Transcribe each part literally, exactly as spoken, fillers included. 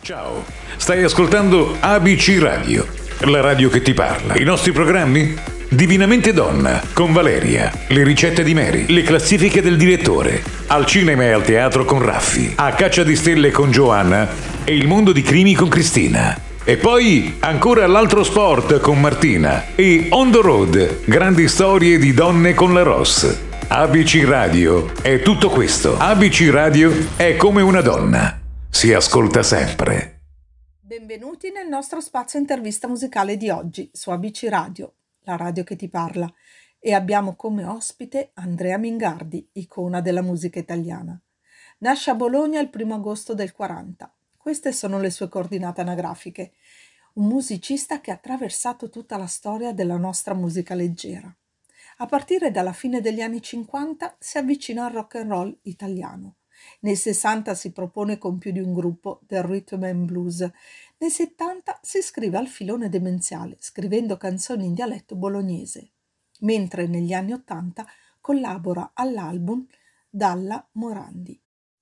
Ciao, stai ascoltando A B C Radio, la radio che ti parla. I nostri programmi? Divinamente Donna, con Valeria, le ricette di Mary, le classifiche del direttore, al cinema e al teatro con Raffi, A caccia di stelle con Giovanna e il mondo di crimi con Cristina. E poi ancora l'altro sport con Martina e On the Road, grandi storie di donne con la Ross. A B C Radio è tutto questo. A B C Radio è come una donna. Si ascolta sempre. Benvenuti nel nostro spazio intervista musicale di oggi su A B C Radio, la radio che ti parla, e abbiamo come ospite Andrea Mingardi, icona della musica italiana. Nasce a Bologna il primo agosto del quaranta. Queste sono le sue coordinate anagrafiche. Un musicista che ha attraversato tutta la storia della nostra musica leggera. A partire dalla fine degli anni cinquanta si avvicina al rock and roll italiano. Nei sessanta si propone con più di un gruppo del rhythm and blues. Nei settanta si iscrive al filone demenziale, scrivendo canzoni in dialetto bolognese, mentre negli anni ottanta collabora all'album Dalla Morandi.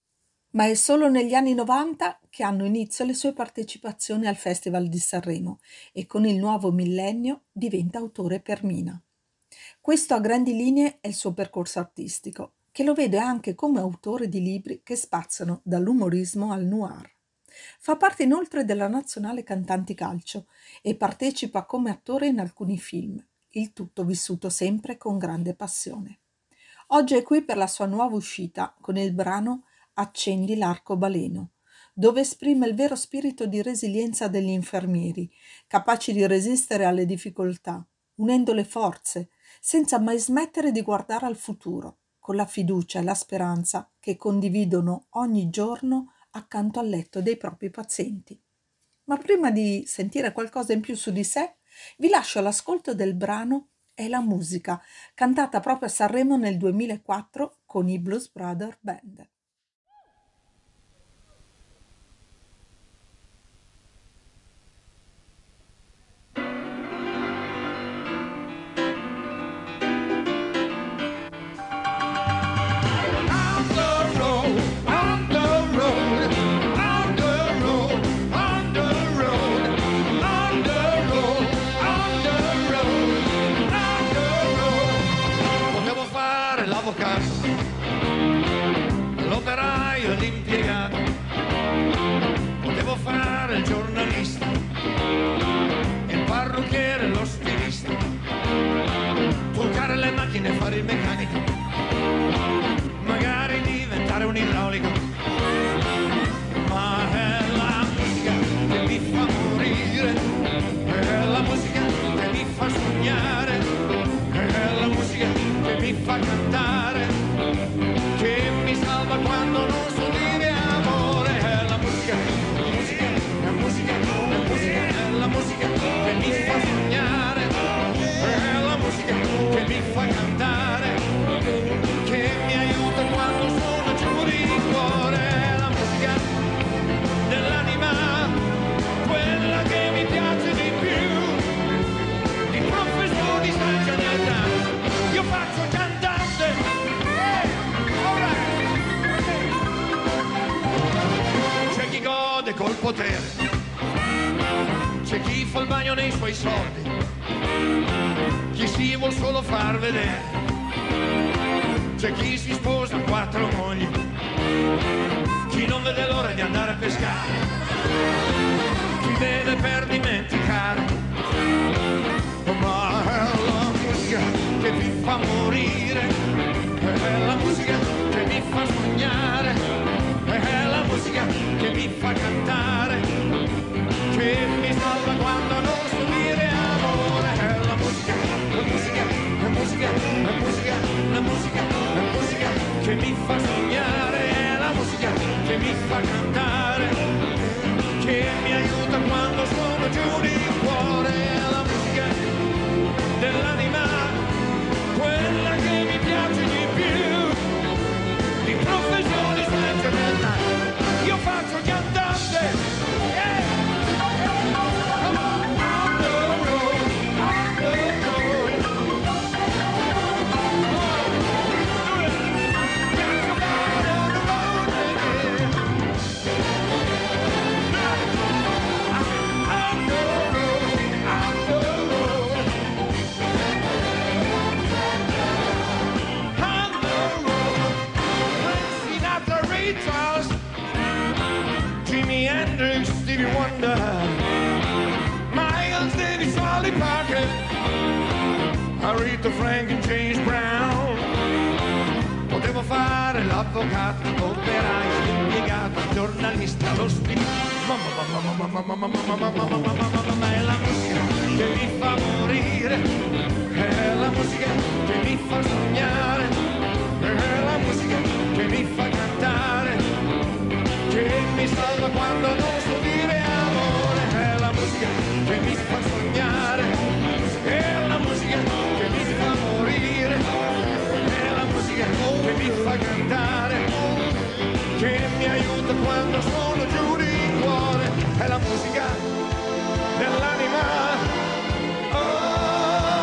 Ma è solo negli anni novanta che hanno inizio le sue partecipazioni al Festival di Sanremo e con il nuovo millennio diventa autore per Mina. Questo a grandi linee è il suo percorso artistico, che lo vede anche come autore di libri che spaziano dall'umorismo al noir. Fa parte inoltre della Nazionale Cantanti Calcio e partecipa come attore in alcuni film, il tutto vissuto sempre con grande passione. Oggi è qui per la sua nuova uscita con il brano Accendi l'arcobaleno, dove esprime il vero spirito di resilienza degli infermieri, capaci di resistere alle difficoltà, unendo le forze, senza mai smettere di guardare al futuro, con la fiducia e la speranza che condividono ogni giorno accanto al letto dei propri pazienti. Ma prima di sentire qualcosa in più su di sé, vi lascio all'ascolto del brano È la musica, cantata proprio a Sanremo nel duemilaquattro con i Blues Brothers Band. L'operaio, l'impiegato, potevo fare il giornalista, il parrucchiere, lo stilista, truccare le macchine, fare il meccanico, magari diventare un idraulico. Ma è la musica che mi fa morire, è la musica che mi fa sognare, è la musica che mi fa cantare, che mi salva quando non so dire amore. È la musica, la musica, la musica, la musica, è la musica che mi fa sognare, è la musica che mi fa cantare, che mi aiuta quando sono giù di cuore. È la musica dell'anima, quella che mi piace di più, di professore di stagionalità. Io faccio cantante. C'è chi gode col potere, c'è chi fa il bagno nei suoi soldi, chi si vuol solo far vedere, c'è chi si sposa a quattro mogli, chi non vede l'ora di andare a pescare, chi beve per dimenticare. Ma è la musica che mi fa morire, è la musica che mi fa sognare, è la musica che mi fa cantare, che mi salva quando non so dire amore. È la musica, la musica, la musica, la musica, la musica, la musica che mi fa sognare, è la musica che mi fa cantare, che mi aiuta quando sono giù di cuore. È la musica dell'anima, quella che mi piace di più, di professione senza. Io faccio cantante. Hendrix, Stevie Wonder, Miles Davis, Charlie Parker, Aretha Franklin, James Brown. Potevo fare l'avvocato, l'operaio, l'impiegato, il giornalista, lo stilista. Ma è la musica che mi fa morire, è la musica che mi fa sognare, è la musica che mi fa cantare, che mi salva quando non so dire amore, è la musica che mi fa sognare, è la musica che mi fa morire, è la musica che mi fa cantare, che mi aiuta quando sono giù di cuore, è la musica dell'anima, oh,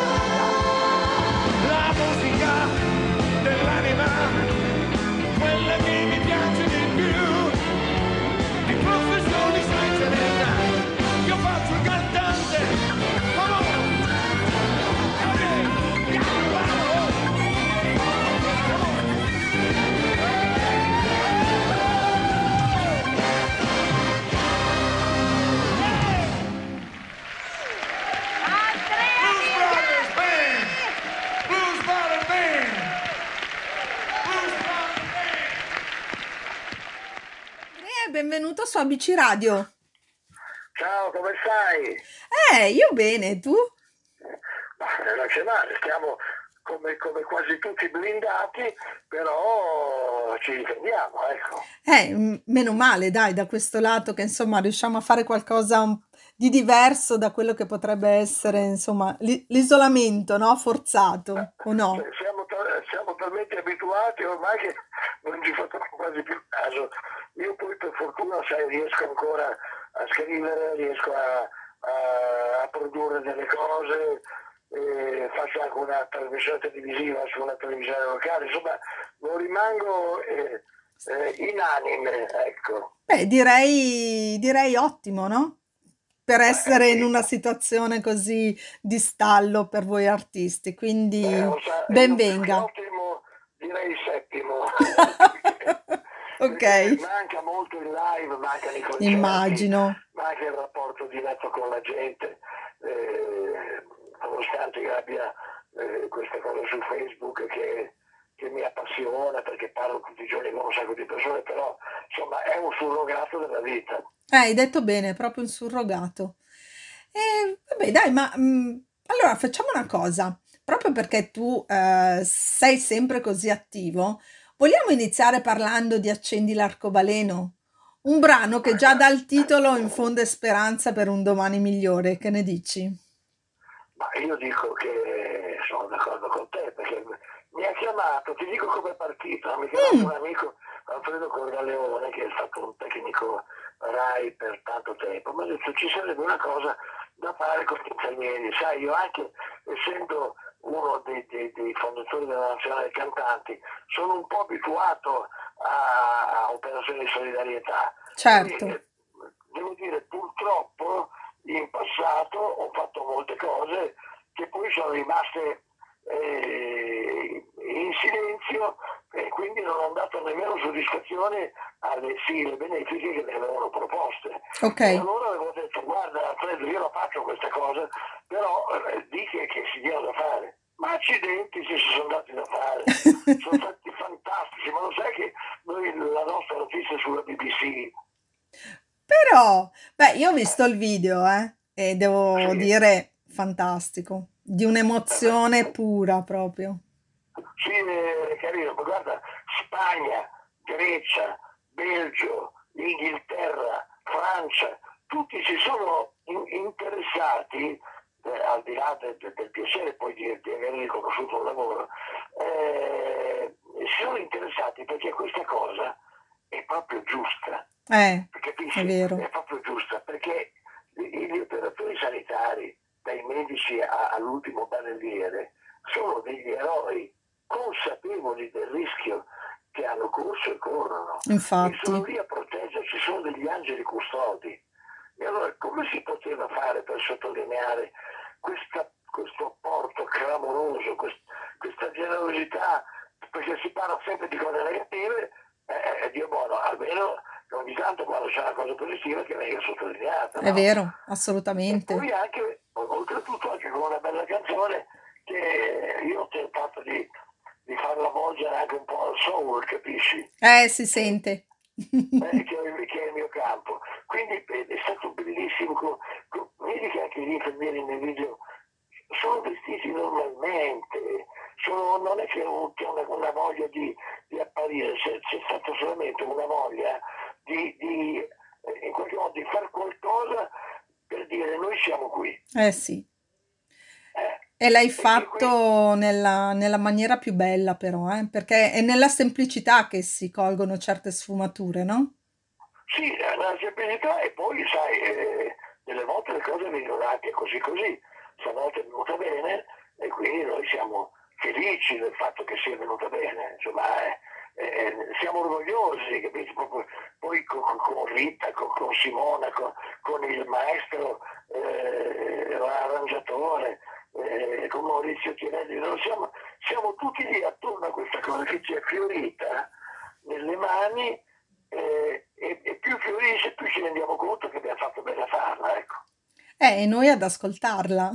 la musica dell'anima, quella che mi piace di più, di professioni sai ce n'è tante, io faccio il cantante, come on, ok, yeah, wow. Benvenuto su A B C Radio. Ciao, come stai? Eh, io bene, tu? Ma non c'è male, stiamo come, come quasi tutti blindati, però ci difendiamo, ecco. Eh, m- meno male, dai, da questo lato che insomma riusciamo a fare qualcosa un- di diverso da quello che potrebbe essere, insomma, l'i- l'isolamento, no? Forzato, o no? Cioè, Siamo, ta- siamo talmente abituati ormai che non ci facciamo quasi più caso. Io poi per fortuna, sai, riesco ancora a scrivere, riesco a, a- a produrre delle cose, eh, faccio anche una trasmissione televisiva su una televisione locale, insomma non rimango eh, eh, inanime, ecco. Beh, direi, direi ottimo, no? Per essere in sì. una situazione così di stallo per voi artisti, quindi Eh, lo sa- ben io più che venga. ottimo direi settimo. Ok, Perché manca molto il live, mancano i concerti, immagino. manca il rapporto diretto con la gente, eh, nonostante io abbia eh, questa cosa su Facebook che, che mi appassiona perché parlo tutti i giorni con un sacco di persone, però insomma è un surrogato della vita. Eh, hai detto bene, proprio un surrogato. E vabbè, dai, ma mm, allora facciamo una cosa. Proprio perché tu eh, sei sempre così attivo, vogliamo iniziare parlando di Accendi l'arcobaleno? Un brano che già dal titolo infonde speranza per un domani migliore. Che ne dici? Ma io dico che sono d'accordo con te perché mi ha chiamato, ti dico come è partito, mi ha chiamato Mm, un amico Alfredo Corgaleone che è stato un tecnico Rai per tanto tempo, mi ha detto ci sarebbe una cosa da fare con gli italiani, sai io anche essendo uno dei, dei- dei fondatori della Nazionale dei Cantanti sono un po' abituato a, a operazioni di solidarietà. certo. E, eh, devo dire, purtroppo in passato ho fatto molte cose che poi sono rimaste eh, in silenzio e quindi non ho dato nemmeno soddisfazione alle file benefiche che mi avevano proposte. Ok. E allora avevo detto, guarda Alfredo, io la faccio questa cosa, però eh, di che, che si dia da fare. Ma accidenti se si sono dati da fare, sono stati fantastici, ma lo sai che noi la nostra notizia sulla B B C, Però, beh, io ho visto il video, eh, e devo sì, dire fantastico, di un'emozione pura proprio. sì, è carino, ma guarda, Spagna, Grecia, Belgio, Inghilterra, Francia, tutti si sono in- interessati, eh, al di là de- de- del piacere poi di, di aver riconosciuto un lavoro, eh, si sono interessati perché questa cosa è proprio giusta. Eh, è Capisci? vero. È proprio giusta perché gli gli operatori sanitari, dai medici a- all'ultimo barelliere, sono degli eroi consapevoli del rischio che hanno corso e corrono e sono Infatti, lì a proteggerci, sono degli angeli custodi. E allora come si poteva fare per sottolineare questa- questo apporto clamoroso, quest- questa generosità, perché si parla sempre di cose negative, eh, eh, Dio buono, almeno ogni tanto quando c'è una cosa positiva che venga sottolineata. È No? vero, E assolutamente. poi anche, oltretutto anche con una bella canzone che io ho tentato di, di farla volgere anche un po' al soul, capisci? Eh, si Eh, sente. eh, che, è, che è il mio campo. Quindi eh, è stato bellissimo, co- co- vedi che anche gli infermieri nel video sono vestiti normalmente, sono, non è che non c'è una, una voglia di, di apparire, c'è, c'è stata solamente una voglia di, di eh, in qualche modo di fare qualcosa per dire noi siamo qui. Eh sì. Eh, E l'hai e, e qui, fatto nella, nella maniera più bella però, eh? Perché è nella semplicità che si colgono certe sfumature, no? sì, la la semplicità e poi sai, eh, delle volte le cose vengono anche così così, stanotte è venuta bene e quindi noi siamo felici del fatto che sia venuta bene, insomma eh, eh, siamo orgogliosi, capito? Proprio- poi con, con Rita, con, con Simona, con, con il maestro eh, arrangiatore, eh, con Maurizio Tirelli, noi siamo, siamo tutti lì attorno a questa cosa che ci è fiorita nelle mani eh, e, e più fiorisce più ci rendiamo conto che abbiamo fatto bene a farla, ecco. Eh, e noi ad ascoltarla,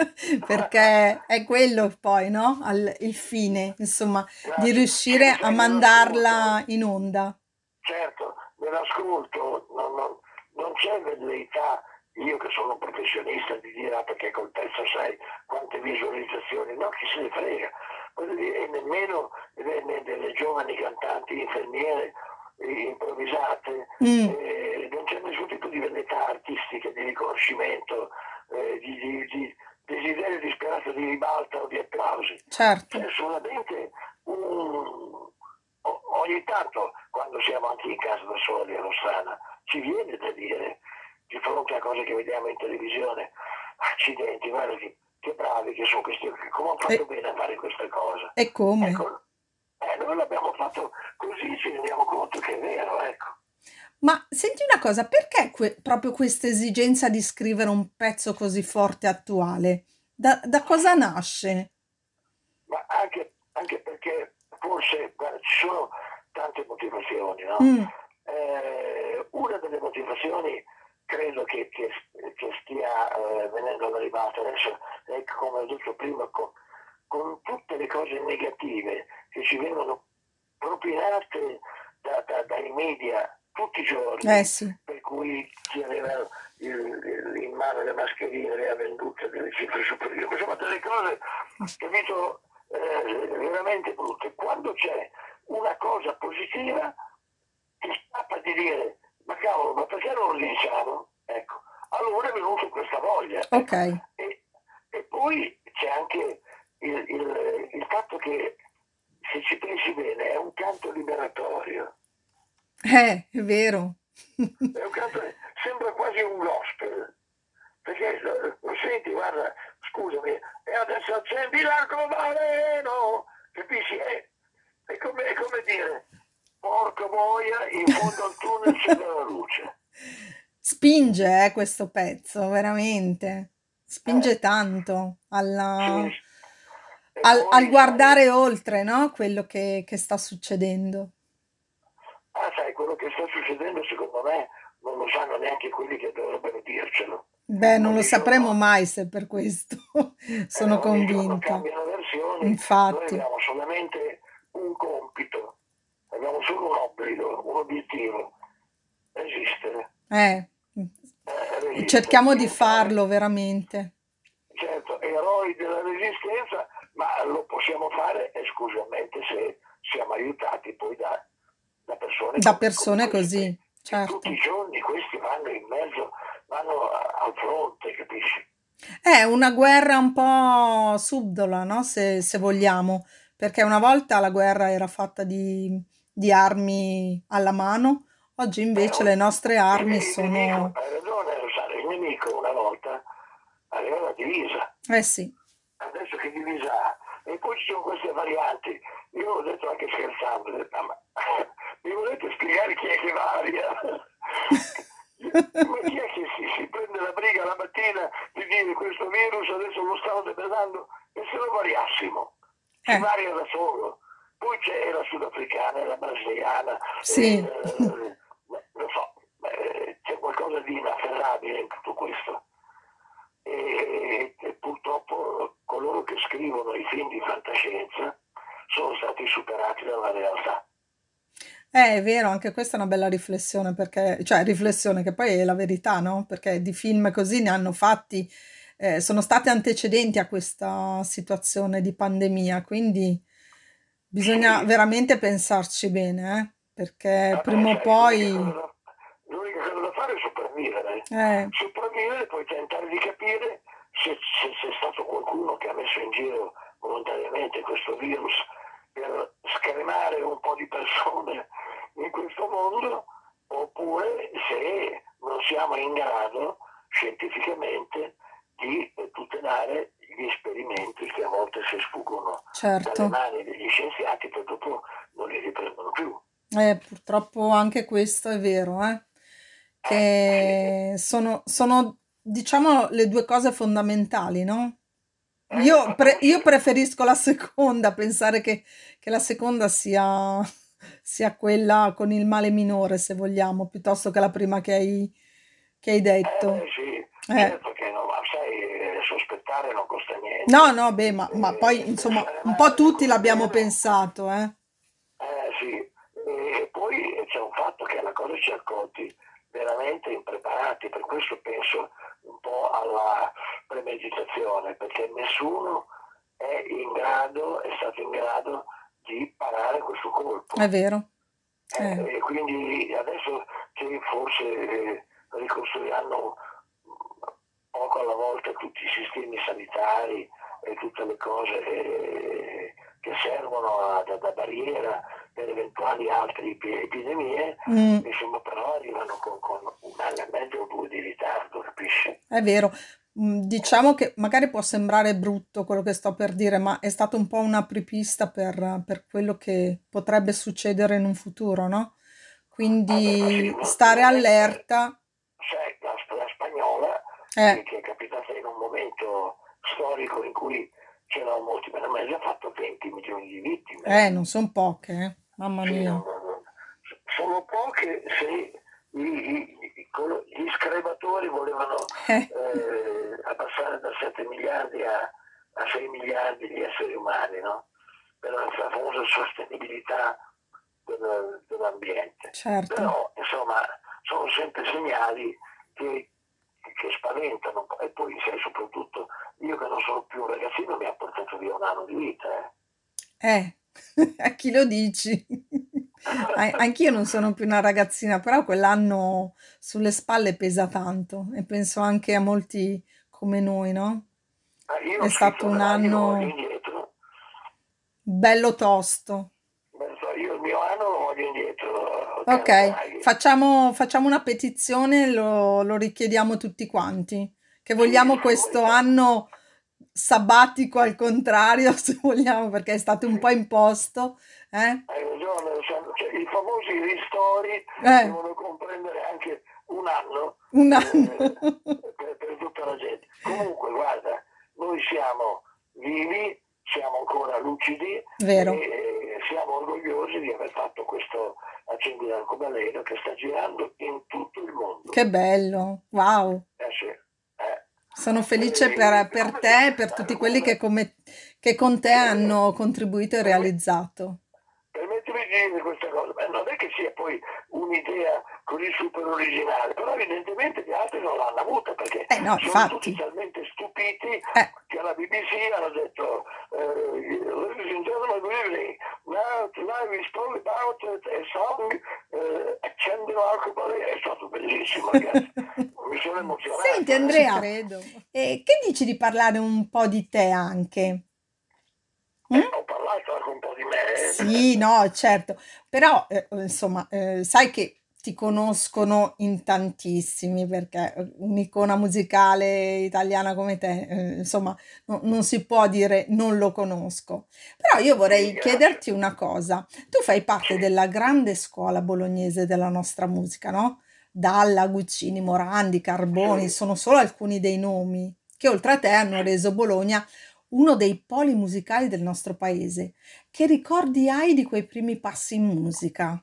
perché è quello poi, no? Al- il fine, insomma, di Grazie. Sì, riuscire a sai, nell'ascolto, mandarla in onda. certo, nell'ascolto non, non- non c'è velleità, io che sono un professionista, di dire ah, perché col pezzo sai quante visualizzazioni, no, chi se ne frega. Voglio dire, e nemmeno ne- ne- delle giovani cantanti infermiere eh, improvvisate, Mm, eh, non c'è nessun tipo di velleità artistica, di riconoscimento, eh, di, di- di desiderio disperato di ribalta o di applausi. certo. C'è solamente un... o- ogni tanto, quando siamo anche in casa da soli a Rossana, ci viene da dire, di fronte a cose che vediamo in televisione, accidenti, guarda che, che bravi che sono questi, come hanno E, fatto bene a fare questa cosa. e come? Ecco, eh, noi l'abbiamo fatto così, ci rendiamo conto che è vero, ecco. Ma senti una cosa, perché que- proprio questa esigenza di scrivere un pezzo così forte e attuale? Da, da cosa nasce? Ma anche, anche perché forse, guarda, ci sono tante motivazioni, no? Mm, Eh, una delle motivazioni credo che, che- che stia eh, venendo alla ribalta adesso, è che, come ho detto prima, con, con tutte le cose negative che ci vengono propinate da- da- dai media tutti i eh giorni, sì, per cui chi aveva il- il- in mano le mascherine le ha vendute delle cifre superiori, insomma delle cose, capito, eh, veramente brutte. Quando c'è una cosa positiva ti scappa di dire ma cavolo, ma perché non lo diciamo? Ecco, allora è venuta questa voglia. ok. Ecco. E, e poi c'è anche il, il- il fatto che se ci pensi bene è un canto liberatorio. Eh, è vero. È un canto, sembra quasi un gospel, perché lo, lo senti, guarda, scusami, e adesso accendi l'arcobaleno, capisci? È, è come, è come dire, porca boia, in fondo al tunnel c'è della luce. Spinge, eh, questo pezzo, veramente. Eh, Spinge tanto alla- sì, e al, al poi sai, guardare oltre, no? Quello che, che sta succedendo. ah, sai, quello che sta succedendo secondo me non lo sanno neanche quelli che dovrebbero dircelo. Beh, non lo Ogni sapremo giorno, mai se per questo. eh, Sono ogni giorno convinta. cambiano versioni, noi Infatti. abbiamo solamente un compito, abbiamo solo un obbligo, un obiettivo, resistere, Eh, eh, resistere, cerchiamo di diventare, farlo veramente. certo, eroi della resistenza, ma lo possiamo fare esclusivamente se siamo aiutati poi da, da persone Da come, come persone queste, così, che tutti i certo. giorni questi vanno in mezzo, vanno a- al fronte, capisci? È una guerra un po' subdola, no? Se, se vogliamo, perché una volta la guerra era fatta di, di armi alla mano, oggi Eh, invece oh, le nostre il, armi il nemico, sono... hai ragione, Rosario, il nemico una volta aveva la divisa, Eh sì, adesso che divisa ha? E poi ci sono queste varianti. Io ho detto anche scherzando, ho detto, "Ah, ma mi volete spiegare chi è che varia? Ma chi è che si, si prende la briga la mattina di dire questo virus adesso lo stanno depredando e se lo variassimo? Si eh, varia da solo. Poi c'è la sudafricana, la brasiliana, sì, eh, Eh, è vero, anche questa è una bella riflessione, perché, cioè riflessione che poi è la verità, no? Perché di film così ne hanno fatti, eh, sono stati antecedenti a questa situazione di pandemia, quindi bisogna Sì, veramente pensarci bene, eh? Perché vabbè, prima o sai, l'unica cosa poi... da, l'unica cosa da fare è sopravvivere. Eh, Sopravvivere e poi tentare di capire se, se c'è stato qualcuno che ha messo in giro volontariamente questo virus per scremare un po' di persone in questo mondo, oppure se non siamo in grado scientificamente di eh, tutelare gli esperimenti che a volte si sfuggono dalle certo. mani degli scienziati, poi dopo non li riprendono più. Eh, purtroppo anche questo è vero, eh? Eh, sì, Che sono, sono, diciamo, le due cose fondamentali, no? eh, Io, infatti pre- non io c'è. preferisco la seconda, pensare che, che la seconda sia, sia quella con il male minore, se vogliamo, piuttosto che la prima che hai, che hai Eh detto. beh sì, Eh, certo che no, ma sai, eh, sospettare non costa no, niente. no, beh, ma, ma poi, Eh, insomma, un po' scremare le tutti cose l'abbiamo vere, pensato, eh. eh sì, e poi c'è un fatto che alla cosa ci ha colti veramente impreparati, per questo penso un po' alla premeditazione, perché nessuno è in grado, è stato in grado di parare questo È colpo. vero. Eh, Eh, e quindi adesso che forse eh, ricostruiranno poco alla volta tutti i sistemi sanitari e tutte le cose eh, che servono a- da, da barriera per eventuali altre epi- epidemie, mm. insomma però arrivano con, con un anno e mezzo o due di ritardo, capisci? È vero. Mm, diciamo che magari può sembrare brutto quello che sto per dire, ma è stato un po' un'apripista per, per quello che potrebbe succedere in un futuro, no? Vabbè, ma sì, Quindi ma stare non è, eh, allerta. sai, la, la spagnola Eh, che, che è capitata in un momento storico in cui c'erano molti, ma ha già fatto venti milioni di vittime. eh, Eh. non sono poche, eh. Mamma Sì, mia. non- non- non- sono poche se i- i- i- colo- gli scrematori volevano Eh, eh, abbassare da sette miliardi a, a sei miliardi di esseri umani, no? Per la la famosa sostenibilità del- dell'ambiente. certo. Però, insomma, sono sempre segnali che, che spaventano. E poi, sai, soprattutto, io che non sono più un ragazzino mi ha portato via un anno di vita. Eh. Eh, a chi lo dici? A- Anch'io non sono più una ragazzina, però quell'anno sulle spalle pesa tanto e penso anche a molti come noi, no? Ah, io È ho stato scritto un medaglie, lo voglio anno indietro. bello tosto. Beh, so, io il mio anno lo voglio indietro, caro Ok, Draghi. facciamo, facciamo una petizione, lo, lo richiediamo tutti quanti, che Sì, il vogliamo famo- il questo fa- anno sabbatico al contrario, se vogliamo, perché è stato un sì, po' imposto, eh? hai ragione, sono- cioè, i famosi ristori Eh, devono comprendere anche un anno un eh, anno. per, per tutta la gente. Comunque, guarda, noi siamo vivi, siamo ancora lucidi e Vero, eh, siamo orgogliosi di aver fatto questo accendi l'arcobaleno che sta girando in tutto il mondo. che bello, wow. Eh sì, eh. Sono felice E per, per come si... te e per tutti eh, quelli che, guarda, come- che con te eh, hanno contribuito e per me, realizzato. permettimi di dire questa cosa, beh, non è che sia poi un'idea così super originale, però evidentemente gli altri non l'hanno avuta perché Eh no, sono tutti infatti. talmente stupiti Eh, che alla B B C hanno detto eh, Ladies and gentlemen, good evening. Now tonight we spoke about a song eh, Accendino l'arcobaleno. È stato bellissimo, ragazzi. Mi sono Senti emozionato, eh. Ci Andrea, credo. E che dici di parlare un po' di te anche? Eh, Mm? ho parlato anche un po' di me. Eh. Sì, no, certo, però eh, insomma, eh, sai che ti conoscono in tantissimi perché eh, un'icona musicale italiana come te, eh, insomma, no- non si può dire non lo conosco. Però io Sì, vorrei grazie. chiederti una cosa. Tu fai parte Sì, della grande scuola bolognese della nostra musica, no? Dalla, Guccini, Morandi, Carboni, sì, sono solo alcuni dei nomi che oltre a te hanno sì. reso Bologna uno dei poli musicali del nostro paese. Che ricordi hai di quei primi passi in musica?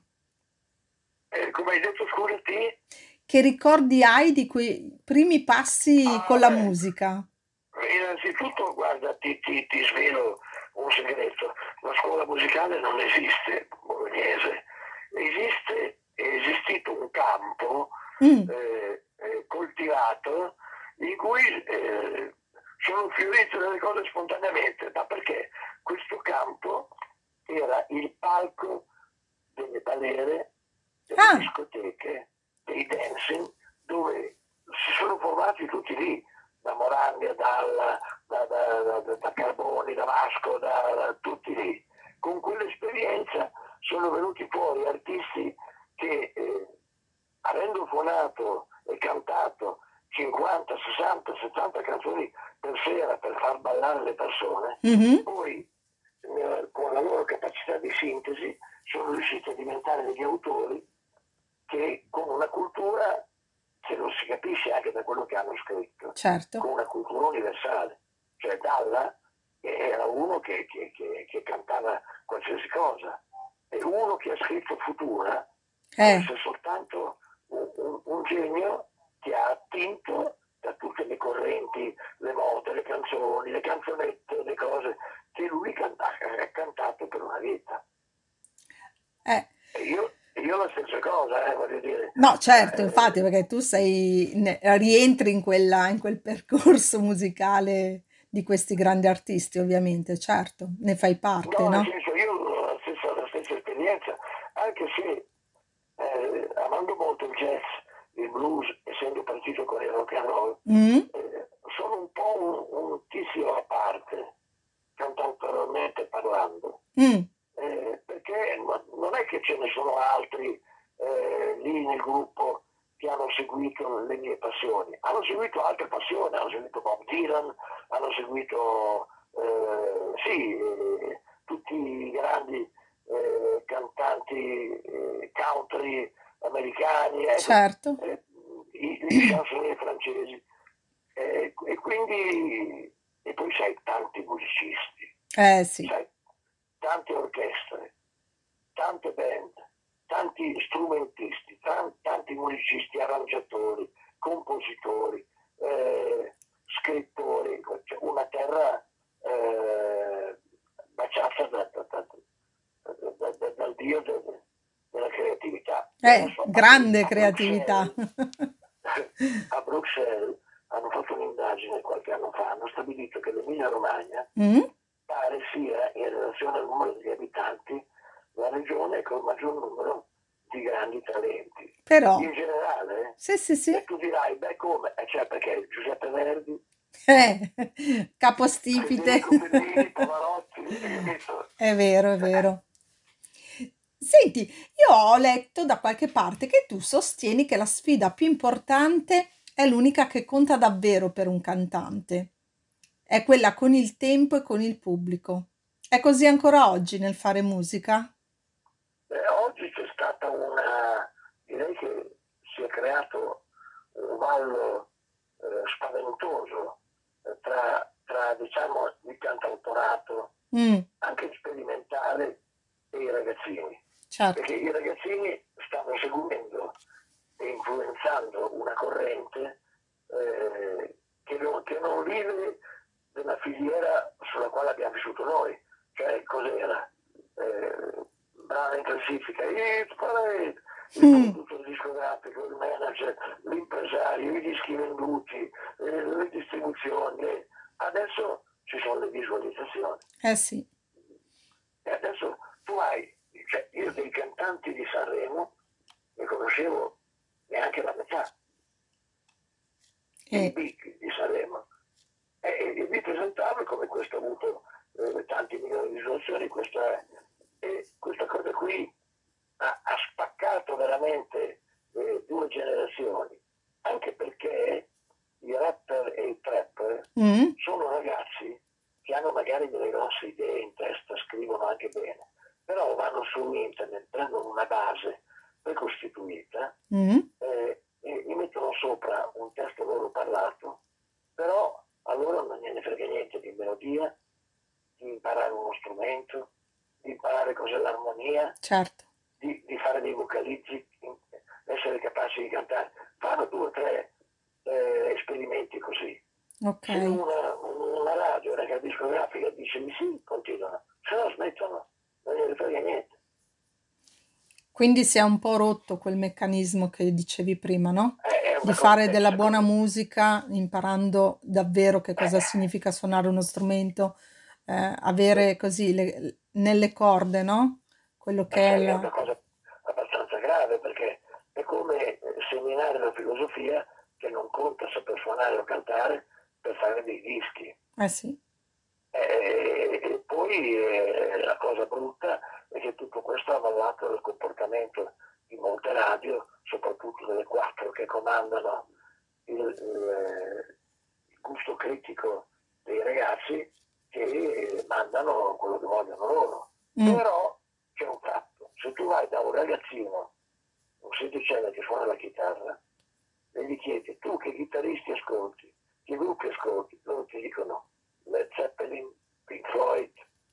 Eh, come hai detto, scusati? Che ricordi hai di quei primi passi con Ah, la beh, musica? innanzitutto, guarda, ti, ti, ti svelo un segreto. La scuola musicale non esiste, bolognese, esiste, è esistito un campo Mm. eh, eh, coltivato in cui eh, sono fiorite delle cose spontaneamente, ma perché questo campo era il palco delle balere, delle Ah, discoteche, dei dancing, dove si sono formati tutti lì, da Morandi, Dalla, da, da, da, da- da Carboni, da Vasco, da, da- tutti lì. Con quell'esperienza sono venuti fuori artisti che, eh, avendo suonato e cantato cinquanta, sessanta, settanta canzoni per sera per far ballare le persone, mhm, poi eh, con la loro capacità di sintesi sono riusciti a diventare degli autori che con una cultura che non si capisce anche da quello che hanno scritto, certo, con una cultura universale. Cioè Dalla era uno che, che- che- che cantava qualsiasi cosa, e uno che ha scritto Futura può eh, essere soltanto un, un- un genio che ha attinto da tutte le correnti, le mode, le canzoni, le canzonette, le cose che lui canta- ha cantato per una vita. eh. E io, io la stessa cosa, eh, voglio dire. No, certo, infatti, Eh, perché tu sei, ne- rientri in quella, in quel percorso musicale di questi grandi artisti, ovviamente, certo, ne fai parte, no, nel no? senso, io ho la stessa, la stessa esperienza, anche se eh, amando molto il jazz, il blues, essendo partito con il rock and roll, Mm, eh, sono un po' un, un tizio a parte, cantautoralmente parlando. mm, Eh, perché no- non è che ce ne sono altri eh, lì nel gruppo che hanno seguito le mie passioni, hanno seguito altre passioni, hanno seguito Bob Dylan, hanno seguito eh, sì, eh, tutti i grandi eh, cantanti eh, country americani, ecco, certo. eh, i, i chansonnier francesi. Eh, e quindi, e poi sai, tanti musicisti, Eh sì, sai, tante orchestre, tante band, tanti strumentisti, tan- tanti musicisti, arrangiatori, compositori, eh, scrittori, cioè una terra eh, baciata da- da- da- da- da- da- dal dio de- della creatività. E eh, adesso a, Bru- grande a creatività. Bruxelles, a Bruxelles hanno fatto un'indagine qualche anno fa, hanno stabilito che l'Emilia Romagna Mm, pare sia, in relazione al numero degli abitanti, la regione con il maggior numero di grandi talenti. però, In generale, sì, sì, sì, e tu dirai, beh come? Eh, cioè perché Giuseppe Verdi, eh, capostipite. Federico Fellini, Pavarotti, hai capito? È vero, è Eh, vero. Senti, io ho letto da qualche parte che tu sostieni che la sfida più importante è l'unica che conta davvero per un cantante. È quella con il tempo e con il pubblico. È così ancora oggi nel fare musica? eh, oggi c'è stata una, direi che si è creato un vallo eh, spaventoso eh, tra, tra diciamo il cantautorato Mm, anche sperimentale e i ragazzini, certo. perché i ragazzini stanno seguendo e influenzando una corrente eh, che, non, che non vive della filiera sulla quale abbiamo vissuto noi, cioè cos'era? Eh, brava in classifica, hit parade, il Mm, produttore discografico, il manager, l'impresario, i dischi venduti, eh, le distribuzioni. eh. Adesso ci sono le visualizzazioni. eh sì. E adesso tu hai, cioè io dei cantanti di Sanremo ne conoscevo neanche la metà, dei E, big di Sanremo. E, e vi presentavo come questo ha avuto eh, tanti milioni di visualizzazioni, questa, e questa cosa qui ha, ha spaccato veramente eh, due generazioni, anche perché i rapper e i trapper mm, sono ragazzi che hanno magari delle grosse idee in testa, scrivono anche bene, però vanno su internet, prendono una base precostituita mm, eh, e gli mettono sopra un testo loro parlato, però a loro non gliene frega niente di melodia, di imparare uno strumento, di imparare cos'è l'armonia, certo. di, di fare dei vocalizzi, essere capaci di cantare. Fanno due o tre eh, esperimenti così. Ok. Se una, una radio, una casa discografica dice di sì, continuano, se no smettono, non gliene frega niente. Quindi si è un po' rotto quel meccanismo che dicevi prima, no? È, è Di una cosa, fare della buona secondo, musica imparando davvero che cosa eh, significa suonare uno strumento, eh, eh, avere così le- nelle corde, no? Quello ma che è sai, è una la... cosa abbastanza grave perché è come eh, seminare la filosofia che non conta saper suonare o cantare per fare dei dischi. Eh sì. Eh, e poi eh, la cosa brutta è che tutto questo ha avallato il comportamento di molte radio, soprattutto delle quattro che comandano il, il- il gusto critico dei ragazzi che mandano quello che vogliono loro. Mm. Però c'è un fatto, se tu vai da un ragazzino, un sedicenne che suona la chitarra, e gli chiedi tu che chitarristi ascolti, che gruppi ascolti, loro ti dicono Led Zeppelin, Pink Floyd,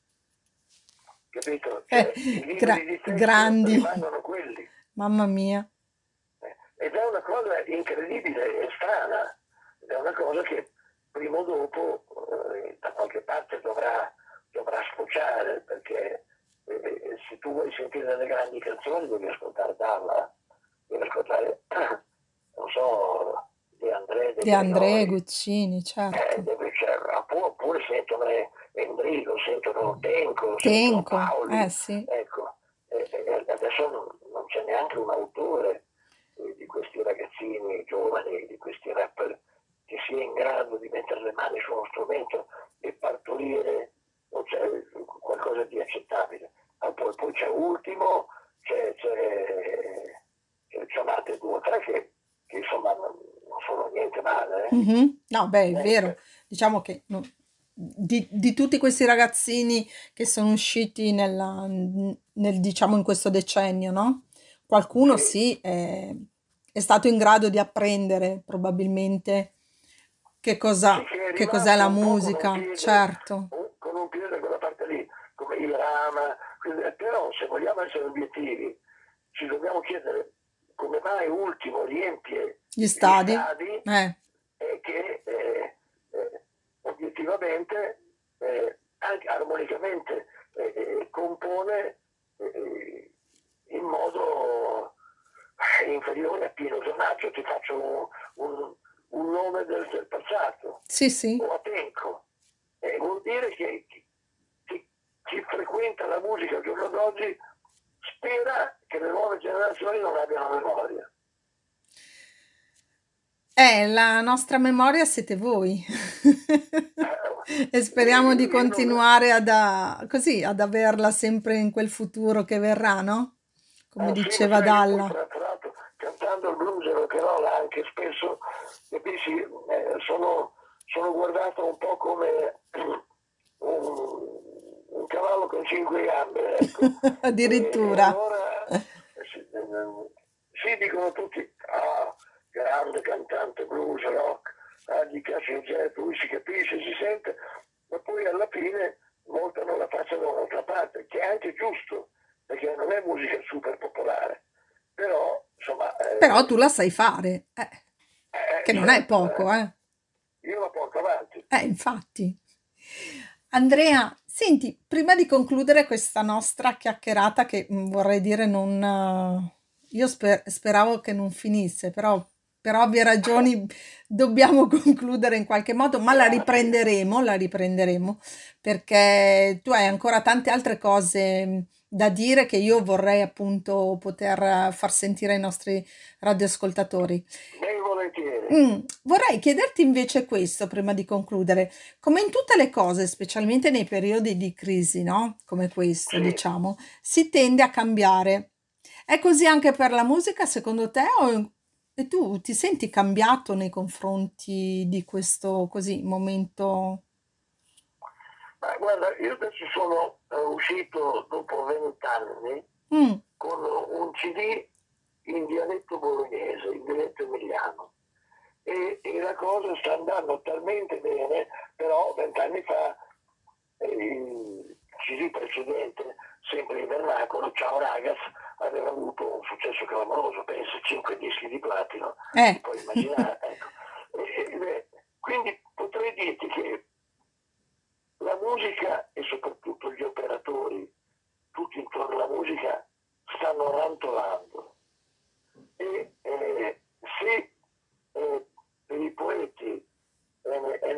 capito? Eh, Cioè i libri gra- di testo grandi, rimangono quelli. mamma mia. Eh, Ed è una cosa incredibile e strana, ed è una cosa che prima o dopo eh, da qualche parte dovrà, dovrà sfociare, perché eh, se tu vuoi sentire delle grandi canzoni devi ascoltare Dalla, devi ascoltare, non so, De André, De De André, Brignoli, Guccini, eh, certo. deve, cioè, oppure, oppure sentono Endrigo, sentono Tenco, sentono Tenco, eh Paoli, sì. ecco, e, e adesso non, non c'è neanche un autore eh, di questi ragazzini giovani, di questi rapper, che sia in grado di mettere le mani su uno strumento e partorire cioè, qualcosa di accettabile. Ma poi, poi c'è Ultimo, c'è, c'è, c'è chiamate due o tre che, che insomma non, non sono niente male, eh? Mhm. No, beh, è vero. Niente. Diciamo che no- di, di tutti questi ragazzini che sono usciti nella, nel, diciamo, in questo decennio, no? Qualcuno Sì, sì, è, è stato in grado di apprendere probabilmente che sì, cosa, che è che cos'è rimasto la un po' con un musica, piede, certo. un- con un piede da quella parte lì, come il Rama, quindi- però se vogliamo essere obiettivi ci dobbiamo chiedere come mai Ultimo riempie Gli gli stadi? stadi Eh. e che eh, eh, obiettivamente, eh, anche armonicamente, eh, eh, compone eh, in modo inferiore a Pino Donaggio. Ti faccio un, un- un nome del, del passato, Sì, sì. o a Tenco. Eh, vuol dire che chi, chi- chi frequenta la musica al giorno d'oggi spera che le nuove generazioni non abbiano memoria. Eh, la nostra memoria siete voi. E Eh, speriamo di io, io non, continuare ad, a- così, ad averla sempre in quel futuro che verrà, no? Come ah sì, ma diceva sai, io poi Dalla. tra tra l'altro cantando il blues e rock and roll anche spesso, capisci, eh, sono, sono guardato un po' come un, un cavallo con cinque gambe, ecco. E, e Addirittura. allora eh, sì, eh, sì, dicono tutti, ah, grande cantante blues, rock, ah, gli piace il jazz, lui si capisce, si sente, ma poi alla fine voltano la faccia da un'altra parte, che è anche giusto, perché non è musica super popolare, però insomma, Però eh, tu la sai fare, eh, eh, che non è certo, poco, eh, eh. io la porto avanti. Eh, infatti. Andrea, senti, prima di concludere questa nostra chiacchierata, che mm, vorrei dire non... eh, io sper- speravo che non finisse, però per ovvie ragioni dobbiamo concludere in qualche modo, ma la Grazie. riprenderemo, la riprenderemo, perché tu hai ancora tante altre cose mm, da dire che io vorrei appunto poter eh, far sentire ai nostri radioascoltatori. Ben volentieri. Mm, vorrei chiederti invece questo prima di concludere. Come in tutte le cose, specialmente nei periodi di crisi, no? Come questo, Sì. diciamo, si tende a cambiare. È così anche per la musica, secondo te? O e tu ti senti cambiato nei confronti di questo così momento? Ma guarda, io adesso sono eh, uscito dopo vent'anni Mm, con un C D in dialetto bolognese, in dialetto emiliano. E, e la cosa sta andando talmente bene, però vent'anni fa eh, il C D precedente, sempre in vernacolo, Ciao Ragaz, aveva avuto un successo clamoroso, penso cinque dischi di platino, ti eh. puoi immaginare. Ecco. E, e, quindi potrei dirti che la musica e soprattutto gli operatori, tutti intorno alla musica, stanno rantolando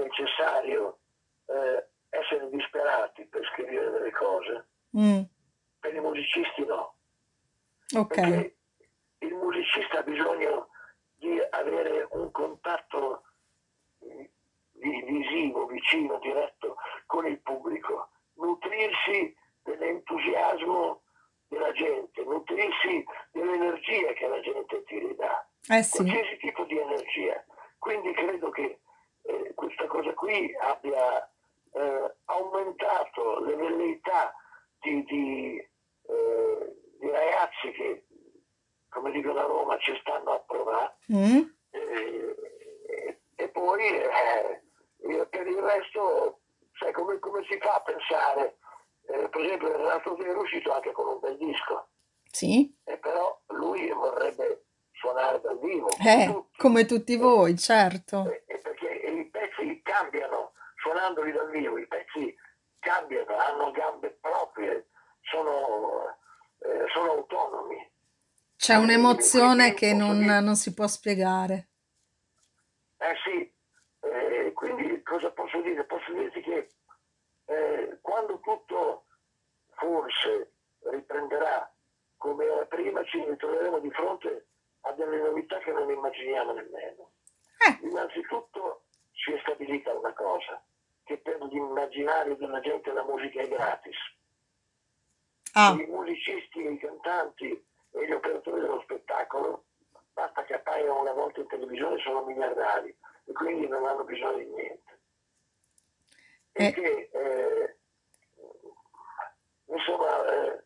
necessario eh, essere disperati per scrivere delle cose, Mm, per i musicisti no, ok. perché il musicista ha bisogno di avere un contatto eh, vi- visivo, vicino, diretto con il pubblico, nutrirsi dell'entusiasmo della gente, nutrirsi dell'energia che la gente ti ridà, Eh sì, qualsiasi tipo di energia. Quindi credo che eh, questa cosa qui abbia eh, aumentato le velleità di, di, eh, di ragazzi che, come dicono a Roma, ci stanno a provare. Mm, Eh, e, e poi eh, io per il resto, sai come, come si fa a pensare? Eh, per esempio Renato Zero è uscito anche con un bel disco, sì, e però lui vorrebbe suonare dal vivo, come eh, tutti. come tutti voi, certo. Eh, eh, perché i pezzi cambiano, suonandoli dal vivo, i pezzi cambiano, hanno gambe proprie, sono, eh, sono autonomi. C'è Quindi, un'emozione quindi che posso non, dire, non si può spiegare. eh sì, eh, quindi cosa posso dire? Posso dirti che eh, quando tutto forse riprenderà come era prima, ci ritroveremo di fronte a delle novità che non immaginiamo nemmeno. Eh, Innanzitutto si è stabilita una cosa, che per l'immaginario della gente la musica è gratis. ah, I musicisti, i cantanti e gli operatori dello spettacolo, basta che appaiano una volta in televisione, sono miliardari e quindi non hanno bisogno di niente. E eh, che, eh, insomma, eh,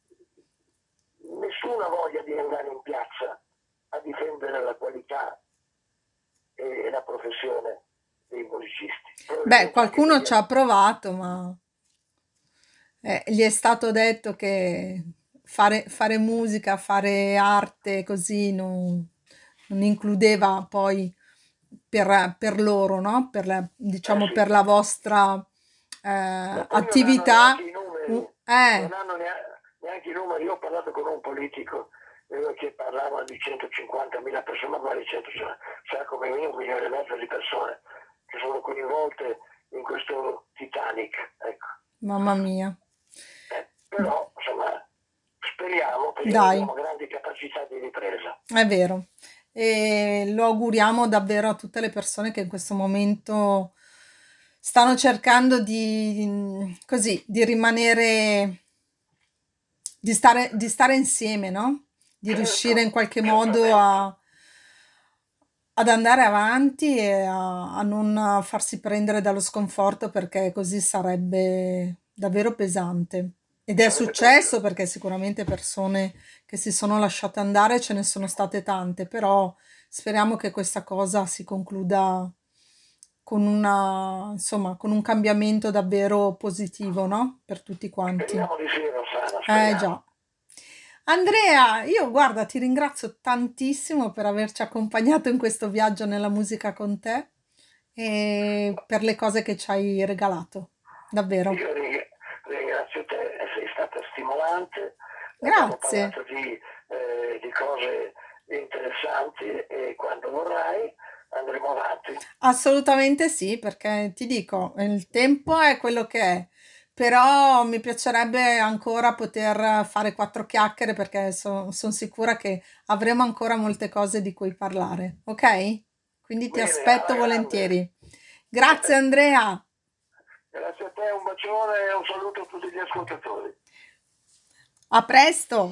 nessuna voglia di andare in piazza a difendere la qualità e la professione dei musicisti. beh, Probabilmente anche qualcuno perché ci ha provato, ma eh, gli è stato detto che fare, fare musica, fare arte così non, non includeva poi per, per loro, no? Per la, eh diciamo per sì, la vostra eh, ma poi non hanno attività. neanche i numeri, Uh, eh, non hanno nea- neanche i numeri. Io ho parlato con un politico eh, che parlava di centocinquantamila persone, magari cento, sarà come me un milione e mezzo di persone che sono coinvolte in questo Titanic, ecco. mamma mia. Eh, però, insomma, speriamo, perché noi Dai, abbiamo grandi capacità di ripresa. è vero. E lo auguriamo davvero a tutte le persone che in questo momento stanno cercando di, così, di rimanere, di stare, di stare insieme, no? Di riuscire in Certo, qualche modo certamente. a, ad andare avanti e a, a non farsi prendere dallo sconforto perché così sarebbe davvero pesante. Ed è Sarebbe peggio. successo perché sicuramente persone che si sono lasciate andare ce ne sono state tante, però speriamo che questa cosa si concluda con una, insomma, con un cambiamento davvero positivo, no? Per tutti quanti. Speriamo di sì, Rossana, Eh speriamo. già. Andrea, io guarda, ti ringrazio tantissimo per averci accompagnato in questo viaggio nella musica con te e per le cose che ci hai regalato. Davvero. Io ring- ringrazio te, eh, sei stata stimolante, abbiamo Grazie. parlato di, eh, di cose interessanti e quando vorrai andremo avanti. Assolutamente sì, perché ti dico, il tempo è quello che è, però mi piacerebbe ancora poter fare quattro chiacchiere perché sono sicura che avremo ancora molte cose di cui parlare, ok? Quindi ti Bene, aspetto alla grande. volentieri. Grazie Andrea, Grazie a te, un bacione e un saluto a tutti gli ascoltatori. a presto!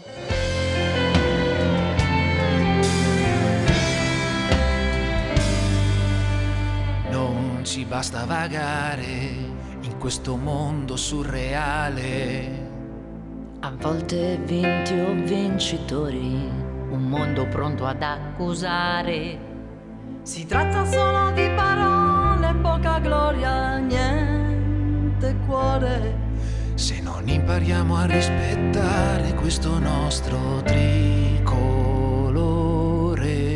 Non ci basta vagare in questo mondo surreale. A volte vinti o vincitori, un mondo pronto ad accusare. Si tratta solo di parole, poca gloria, niente cuore. Se non impariamo a rispettare questo nostro tricolore.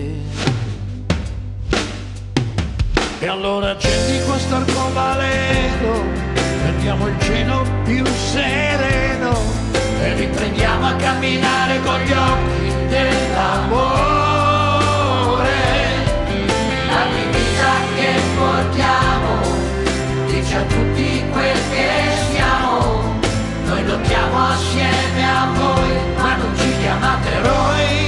E allora accendi questo arcobaleno, prendiamo il cielo più sereno e riprendiamo a camminare con gli occhi dell'amore. La divisa che portiamo dici a tutti quel che siamo, noi lottiamo assieme a voi, ma non ci chiamate eroi.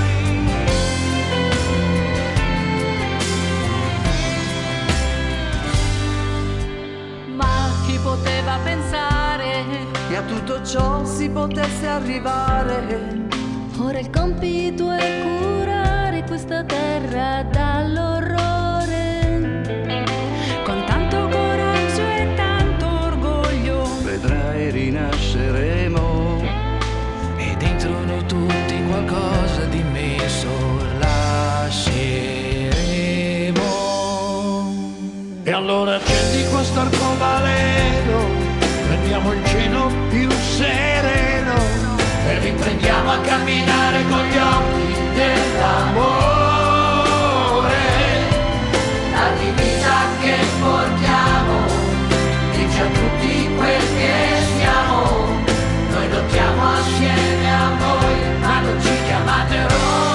Ma chi poteva pensare che a tutto ciò si potesse arrivare? Ora il compito è curare questa terra dall'orrore. Con tanto coraggio e tanto orgoglio Vedrai rinasceremo E dentro noi tutti qualcosa di immenso lasceremo. E allora accendi questo arcobaleno, prendiamo il cielo più sereno E riprendiamo a camminare con gli occhi dell'amore. La divisa che portiamo dice a tutti quel che siamo, noi lottiamo assieme a voi, ma non ci chiamate eroi.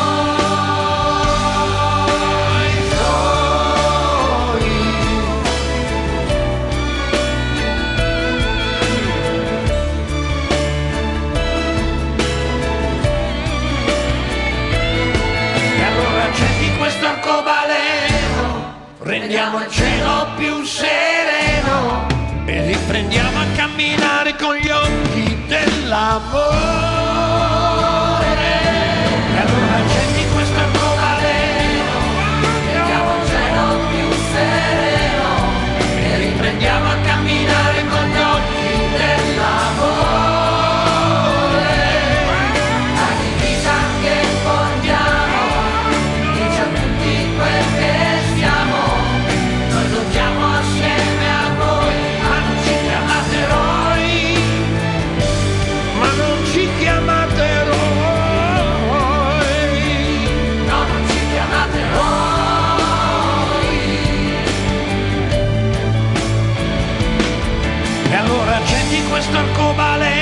Questo arcobaleno, rendiamo il cielo più sereno e riprendiamo a camminare con gli occhi dell'amore. E allora accendi questo arcobaleno, rendiamo il cielo più sereno e riprendiamo a camminare con gli occhi dell'amore. La divisa che portiamo dice a tutti quel che siamo, noi lottiamo assieme a voi, ma non ci chiamate eroi. Ma non ci chiamate eroi. No, non ci chiamate eroi. E allora accendi questo arcobaleno,